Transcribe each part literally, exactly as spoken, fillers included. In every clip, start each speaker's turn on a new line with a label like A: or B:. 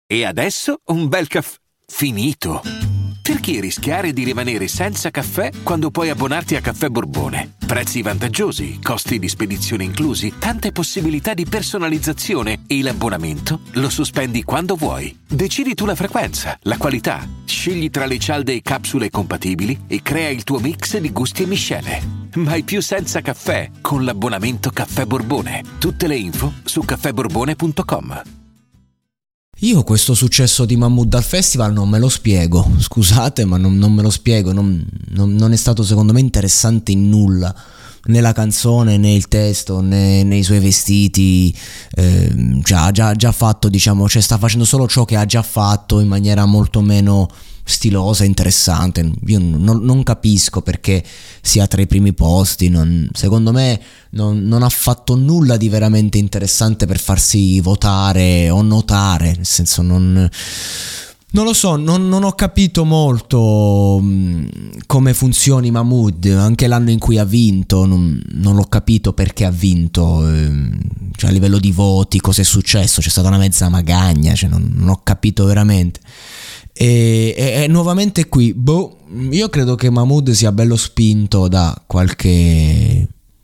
A: E adesso un bel caffè finito. Perché rischiare di rimanere senza caffè quando puoi abbonarti a Caffè Borbone? Prezzi vantaggiosi, costi di spedizione inclusi, tante possibilità di personalizzazione e l'abbonamento lo sospendi quando vuoi. Decidi tu la frequenza, la qualità, scegli tra le cialde e capsule compatibili e crea il tuo mix di gusti e miscele. Mai più senza caffè con l'abbonamento Caffè Borbone. Tutte le info su caffè borbone punto com.
B: Io questo successo di Mahmood al festival non me lo spiego, scusate, ma non, non me lo spiego, non, non, non è stato secondo me interessante in nulla, né la canzone, né il testo, né, né i suoi vestiti, eh, già, già, già fatto, diciamo, cioè sta facendo solo ciò che ha già fatto in maniera molto meno stilosa, interessante. Io non, non capisco perché sia tra i primi posti, non, secondo me non, non ha fatto nulla di veramente interessante per farsi votare o notare, nel senso non... Non lo so, non, non ho capito molto mh, come funzioni Mahmood, anche l'anno in cui ha vinto, non, non l'ho capito perché ha vinto, ehm, cioè a livello di voti, cosa è successo, c'è stata una mezza magagna, cioè non, non ho capito veramente. E, e, e nuovamente qui, boh, io credo che Mahmood sia bello spinto da qualche...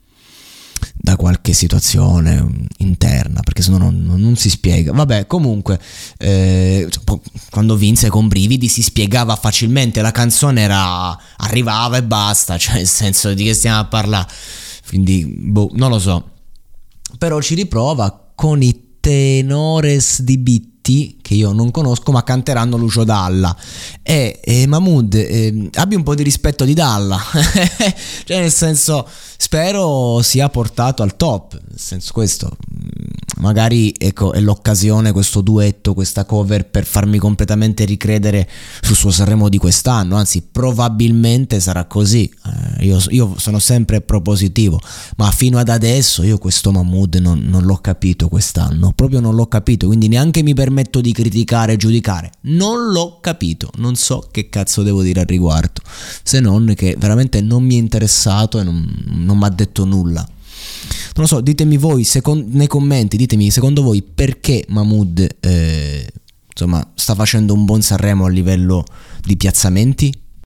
B: da qualche situazione interna, perché sennò non, non, non si spiega. Vabbè, comunque eh, quando vinse con Brividi si spiegava facilmente, la canzone era arrivava e basta, cioè nel senso, di che stiamo a parlare, quindi boh, non lo so. Però ci riprova con i Tenores di Bitti, che io non conosco, ma canteranno Lucio Dalla. E, e Mahmood, eh, abbi un po' di rispetto di Dalla, cioè nel senso, spero sia portato al top, nel senso, questo magari, ecco, è l'occasione, questo duetto, questa cover, per farmi completamente ricredere sul suo Sanremo di quest'anno, anzi probabilmente sarà così. eh, io, io sono sempre propositivo, ma fino ad adesso io questo Mahmood non, non l'ho capito quest'anno, proprio non l'ho capito, quindi neanche mi permetto di criticare e giudicare, non l'ho capito, non so che cazzo devo dire al riguardo, se non che veramente non mi è interessato e non, non mi ha detto nulla. Non lo so, ditemi voi second- nei commenti, ditemi secondo voi perché Mahmood eh, insomma sta facendo un buon Sanremo a livello di piazzamenti.